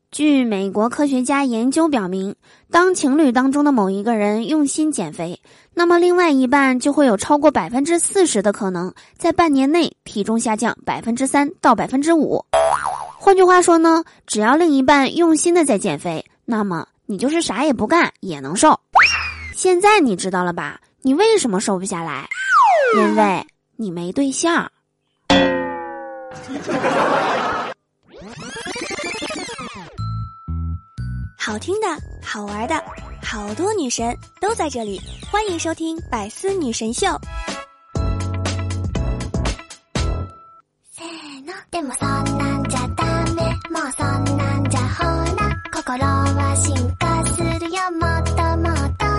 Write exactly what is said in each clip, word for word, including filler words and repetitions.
据美国科学家研究表明，当情侣当中的某一个人用心减肥，那么另外一半就会有超过百分之四十的可能在半年内体重下降百分之三到百分之五。换句话说呢，只要另一半用心的在减肥，那么你就是啥也不干也能瘦。现在你知道了吧？你为什么瘦不下来？因为你没对象。 好听的，好玩的，好多女神都在这里，欢迎收听百思女神秀。でもそんなんじゃダメ、もうそんなんじゃほら、心は進化するよ、もっともっと。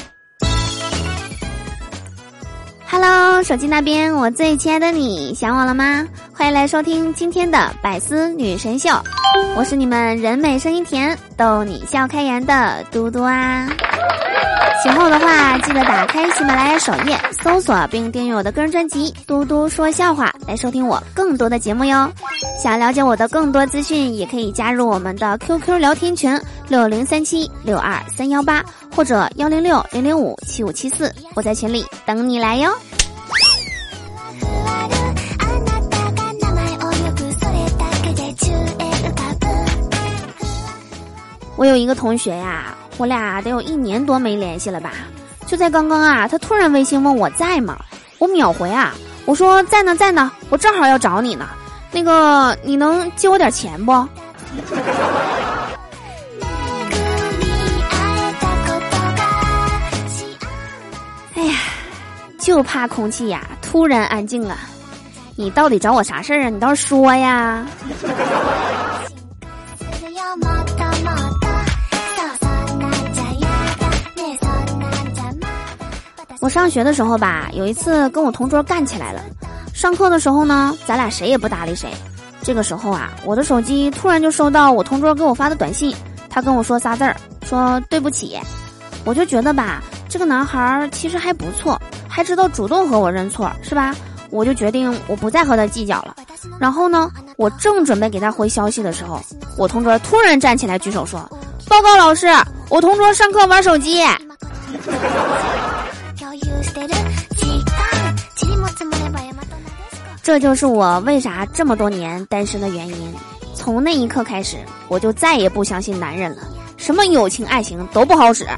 Hello， 手机那边我最亲爱的你，想我了吗？欢迎来收听今天的百思女神秀，我是你们人美声音甜、逗你笑开颜的嘟嘟啊。喜欢我的话，记得打开喜马拉雅首页，搜索并订阅我的个人专辑《嘟嘟说笑话》，来收听我更多的节目哟。想了解我的更多资讯，也可以加入我们的 Q Q 聊天群六零三七六二三幺八或者幺零六零零五七五七四，我在群里等你来哟。我有一个同学呀，我俩得有一年多没联系了吧。就在刚刚啊，他突然微信问我在吗？我秒回啊，我说在呢在呢，我正好要找你呢。那个你能借我点钱不？哎呀，就怕空气呀突然安静了。你到底找我啥事儿啊？你倒是说呀。我上学的时候吧，有一次跟我同桌干起来了。上课的时候呢，咱俩谁也不搭理谁。这个时候啊，我的手机突然就收到我同桌给我发的短信，他跟我说仨字儿，说对不起。我就觉得吧，这个男孩其实还不错，还知道主动和我认错，是吧？我就决定我不再和他计较了。然后呢，我正准备给他回消息的时候，我同桌突然站起来举手说：“报告老师，我同桌上课玩手机。”这就是我为啥这么多年单身的原因。从那一刻开始，我就再也不相信男人了，什么友情爱情都不好使。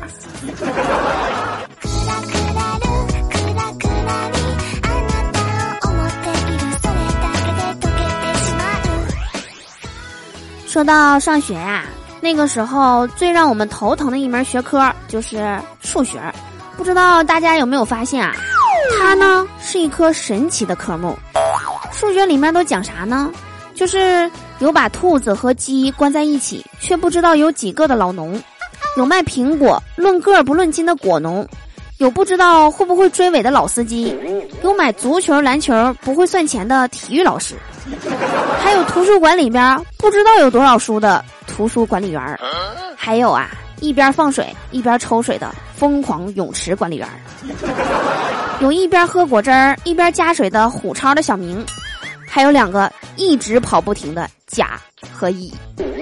说到上学呀、啊，那个时候最让我们头疼的一门学科就是数学。不知道大家有没有发现啊，它呢是一科神奇的科目。数学里面都讲啥呢？就是有把兔子和鸡关在一起却不知道有几个的老农，有卖苹果论个不论斤的果农，有不知道会不会追尾的老司机，有买足球篮球不会算钱的体育老师，还有图书馆里边不知道有多少书的图书管理员，还有啊一边放水一边抽水的疯狂泳池管理员，有一边喝果汁儿一边加水的虎超的小明，还有两个一直跑不停的甲和乙。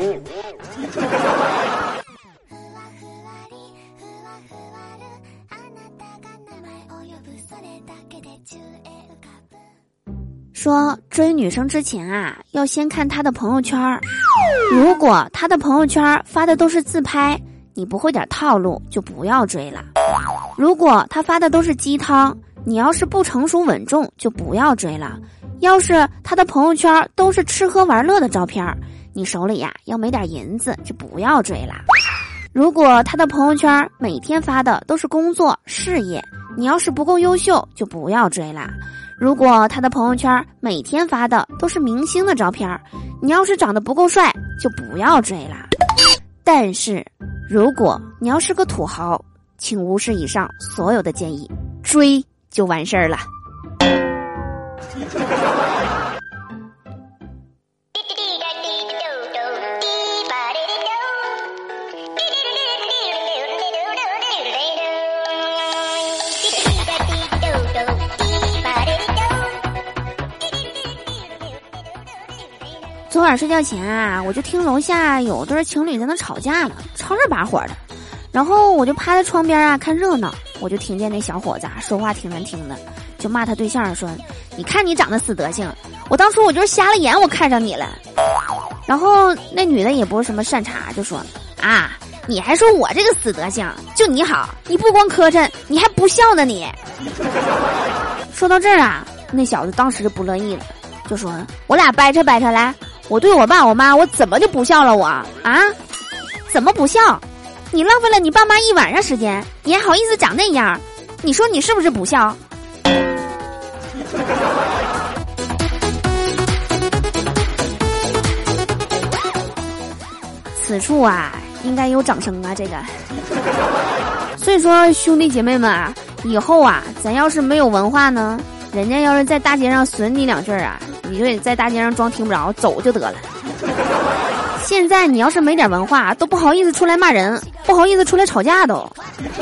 说追女生之前啊，要先看她的朋友圈。如果她的朋友圈发的都是自拍，你不会点套路就不要追了。如果她发的都是鸡汤，你要是不成熟稳重就不要追了。要是她的朋友圈都是吃喝玩乐的照片，你手里呀要没点银子就不要追了。如果她的朋友圈每天发的都是工作事业，你要是不够优秀就不要追了。如果他的朋友圈每天发的都是明星的照片，你要是长得不够帅就不要追了。但是如果你要是个土豪，请无视以上所有的建议，追就完事儿了。 昨晚睡觉前啊，我就听楼下有对情侣在那吵架呢，吵着把火的。然后我就趴在窗边啊看热闹，我就听见那小伙子啊说话挺难听的，就骂他对象说：“你看你长得死德性，我当初我就是瞎了眼，我看上你了。”然后那女的也不是什么善茬，就说：“啊，你还说我这个死德性，就你好，你不光磕碜，你还不孝呢你。”说到这儿啊，那小子当时就不乐意了，就说：“我俩掰扯掰扯来，我对我爸我妈我怎么就不孝了我啊？怎么不孝？你浪费了你爸妈一晚上时间，你还好意思长那样？你说你是不是不孝？”此处啊，应该有掌声啊！这个，所以说兄弟姐妹们啊，以后啊，咱要是没有文化呢，人家要是在大街上损你两句啊，你就得在大街上装听不着，走就得了。现在你要是没点文化，都不好意思出来骂人，不好意思出来吵架都。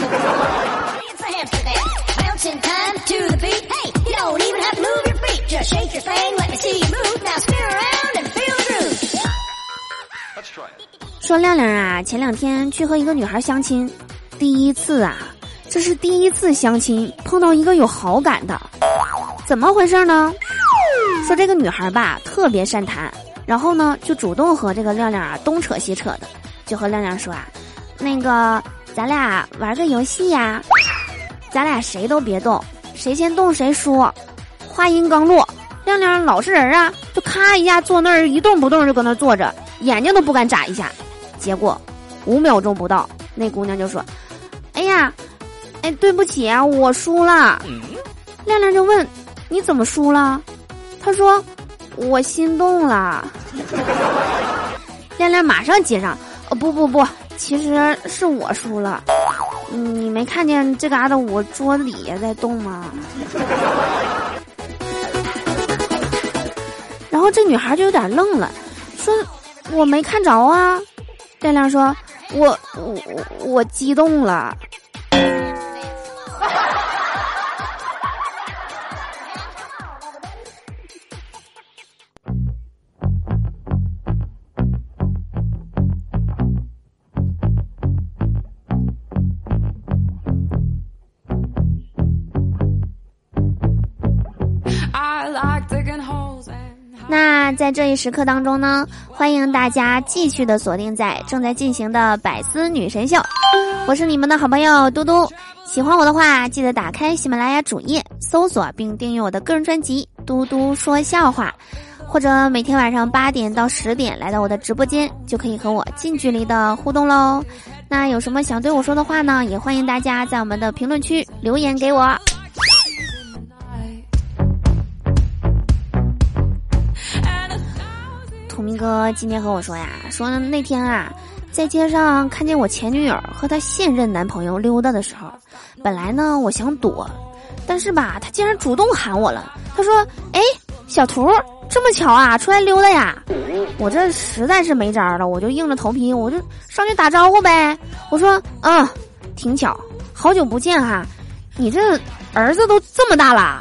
说亮亮啊，前两天去和一个女孩相亲，第一次啊，这是第一次相亲碰到一个有好感的，怎么回事呢？说这个女孩吧特别善谈，然后呢就主动和这个亮亮啊东扯西扯的，就和亮亮说啊，那个咱俩玩个游戏呀，咱俩谁都别动，谁先动谁输。话音刚落，亮亮老实人啊，就咔一下坐那儿一动不动就搁那坐着，眼睛都不敢眨一下。结果五秒钟不到，那姑娘就说：“哎呀，哎，对不起啊，我输了。”亮亮就问：“你怎么输了？”他说：“我心动了。”亮亮马上接上：“哦，不不不，其实是我输了。你没看见这嘎达我桌子底下在动吗？”然后这女孩就有点愣了，说：“我没看着啊。”亮亮说：“我我我激动了。”那在这一时刻当中呢，欢迎大家继续的锁定在正在进行的百思女神秀，我是你们的好朋友嘟嘟。喜欢我的话，记得打开喜马拉雅主页搜索并订阅我的个人专辑嘟嘟说笑话，或者每天晚上八点到十点来到我的直播间，就可以和我近距离的互动喽。那有什么想对我说的话呢，也欢迎大家在我们的评论区留言给我。土明哥今天和我说呀，说那天啊，在街上看见我前女友和她现任男朋友溜达的时候，本来呢我想躲，但是吧，他竟然主动喊我了。他说：“哎，小图，这么巧啊，出来溜达呀！”我这实在是没招了，我就硬着头皮，我就上去打招呼呗。我说：“嗯，挺巧，好久不见哈，你这儿子都这么大啦。”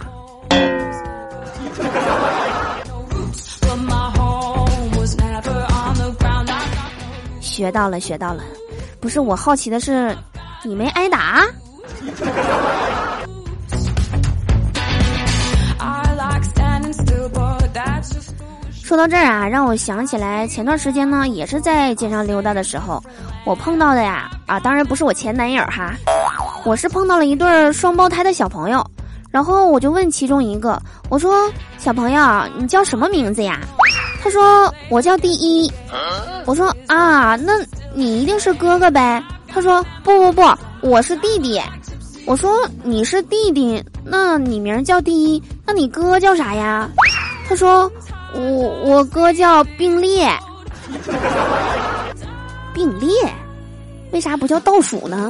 学到了，学到了。不是，我好奇的是，你没挨打？说到这儿啊，让我想起来前段时间呢，也是在街上溜达的时候，我碰到的呀，啊，当然不是我前男友哈，我是碰到了一对双胞胎的小朋友，然后我就问其中一个，我说：“小朋友，你叫什么名字呀？”他说：“我叫第一。”我说：“啊，那你一定是哥哥呗？”他说：“不不不，我是弟弟。”我说：“你是弟弟，那你名叫第一，那你哥叫啥呀？”他说：“我我哥叫并列。”并列？为啥不叫倒数呢？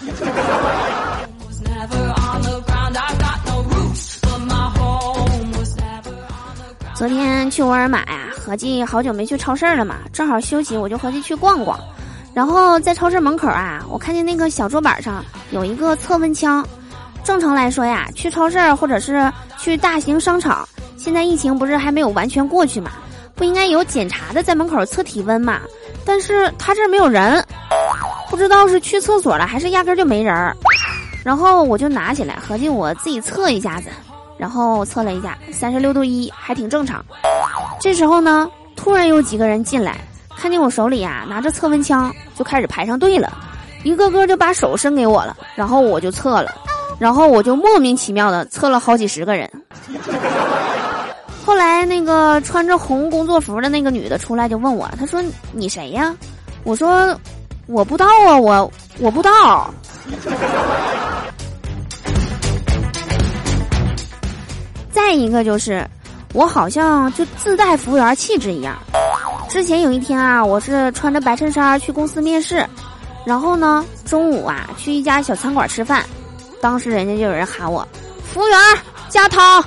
昨天去沃尔玛呀，合计好久没去超市了嘛，正好休息，我就合计去逛逛。然后在超市门口啊，我看见那个小桌板上有一个测温枪。正常来说呀，去超市或者是去大型商场，现在疫情不是还没有完全过去嘛， 不应该有检查的在门口测体温嘛？但是他这儿没有人，不知道是去厕所了还是压根就没人。然后我就拿起来合计我自己测一下子，然后测了一下三十六度一，还挺正常。这时候呢，突然有几个人进来，看见我手里啊拿着测温枪，就开始排上队了，一个个就把手伸给我了，然后我就测了，然后我就莫名其妙的测了好几十个人。后来那个穿着红工作服的那个女的出来就问我，她说你谁呀？我说我不知道啊，我我不知道。再一个就是我好像就自带服务员气质一样。之前有一天啊，我是穿着白衬衫去公司面试，然后呢中午啊去一家小餐馆吃饭，当时人家就有人喊我服务员加汤。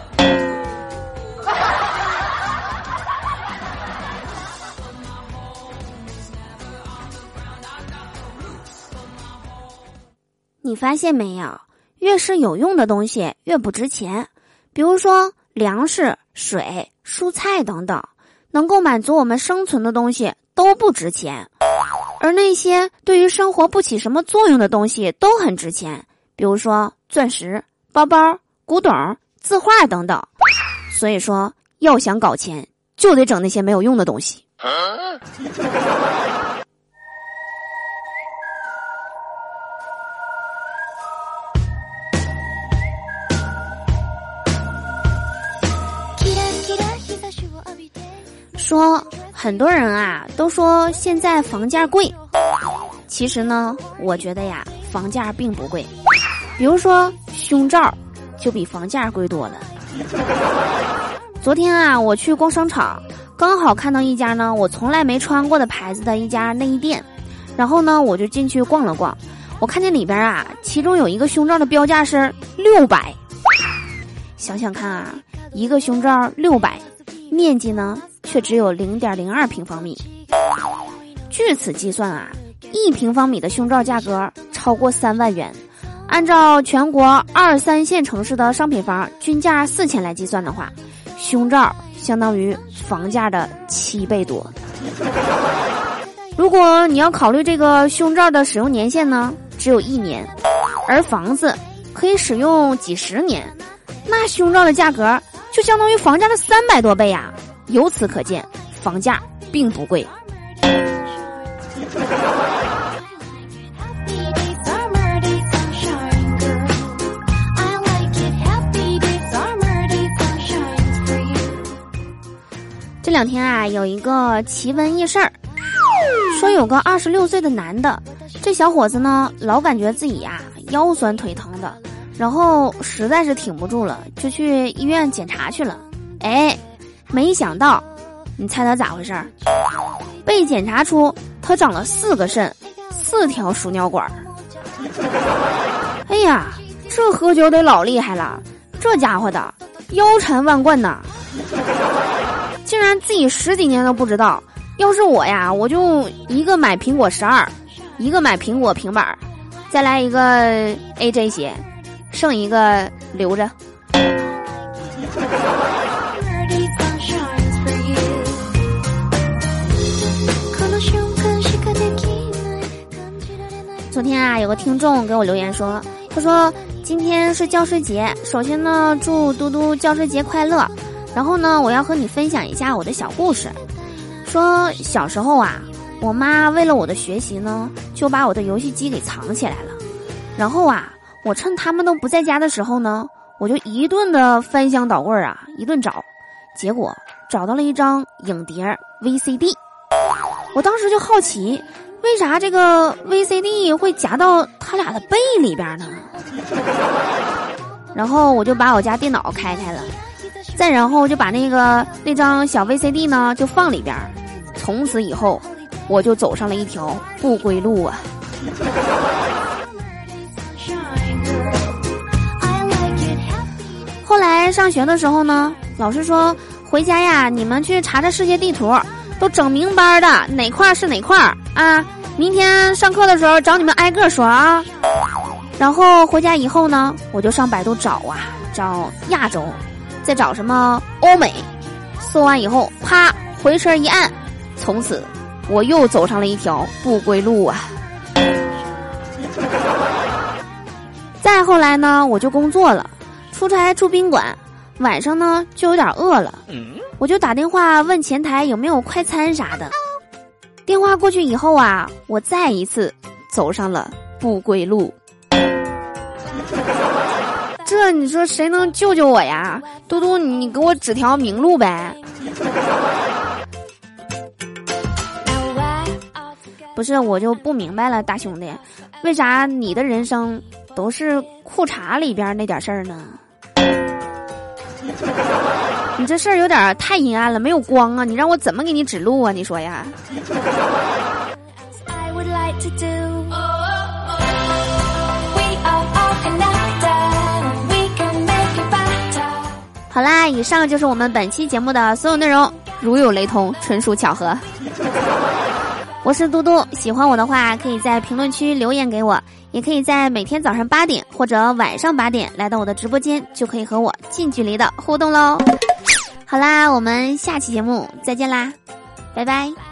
你发现没有，越是有用的东西越不值钱。比如说粮食、水、蔬菜等等，能够满足我们生存的东西都不值钱，而那些对于生活不起什么作用的东西都很值钱，比如说钻石、包包、古董、字画等等。所以说要想搞钱，就得整那些没有用的东西。说很多人啊都说现在房价贵，其实呢我觉得呀房价并不贵。比如说胸罩就比房价贵多了。昨天啊我去逛商场，刚好看到一家呢我从来没穿过的牌子的一家内衣店，然后呢我就进去逛了逛，我看见里边啊其中有一个胸罩的标价是六百。想想看啊，一个胸罩六百，面积呢却只有 零点零二平方米。据此计算啊，一平方米的胸罩价格超过三万元。按照全国二三线城市的商品房均价四千来计算的话，胸罩相当于房价的七倍多。如果你要考虑这个胸罩的使用年限呢，只有一年，而房子可以使用几十年，那胸罩的价格就相当于房价的三百多倍呀、啊！由此可见，房价并不贵。这两天啊，有一个奇闻异事儿，说有个二十六岁的男的，这小伙子呢，老感觉自己呀、啊、腰酸腿疼的，然后实在是挺不住了，就去医院检查去了。哎，没想到，你猜他咋回事儿？被检查出他长了四个肾，四条输尿管。哎呀，这喝酒得老厉害了，这家伙的腰缠万贯呐！竟然自己十几年都不知道。要是我呀，我就一个买苹果十二，一个买苹果平板，再来一个 A J 鞋，剩一个留着。昨天啊，有个听众给我留言说，他说今天是教师节，首先呢，祝嘟嘟教师节快乐。然后呢，我要和你分享一下我的小故事。说小时候啊，我妈为了我的学习呢，就把我的游戏机给藏起来了。然后啊，我趁他们都不在家的时候呢，我就一顿的翻箱倒柜啊，一顿找，结果找到了一张影碟 V C D。我当时就好奇，为啥这个 V C D 会夹到他俩的背里边呢？然后我就把我家电脑开开了，再然后就把那个那张小 V C D 呢就放里边。从此以后，我就走上了一条不归路啊。后来上学的时候呢，老师说回家呀，你们去查查世界地图，都整明白的哪块是哪块啊。明天上课的时候找你们挨个说啊。然后回家以后呢，我就上百度找啊，找亚洲，再找什么欧美， 做完以后，啪，回身一按，从此我又走上了一条不归路啊。再后来呢，我就工作了，出差住宾馆，晚上呢就有点饿了，我就打电话问前台有没有快餐啥的。电话过去以后啊，我再一次走上了不归路。这你说谁能救救我呀？嘟嘟，你给我指条明路呗。不是，我就不明白了，大兄弟，为啥你的人生都是裤衩里边那点事儿呢？你这事儿有点太阴暗了，没有光啊！你让我怎么给你指路啊？你说呀？好啦，以上就是我们本期节目的所有内容，如有雷同，纯属巧合。我是嘟嘟，喜欢我的话可以在评论区留言给我，也可以在每天早上八点或者晚上八点来到我的直播间，就可以和我近距离的互动喽。好啦，我们下期节目再见啦，拜拜。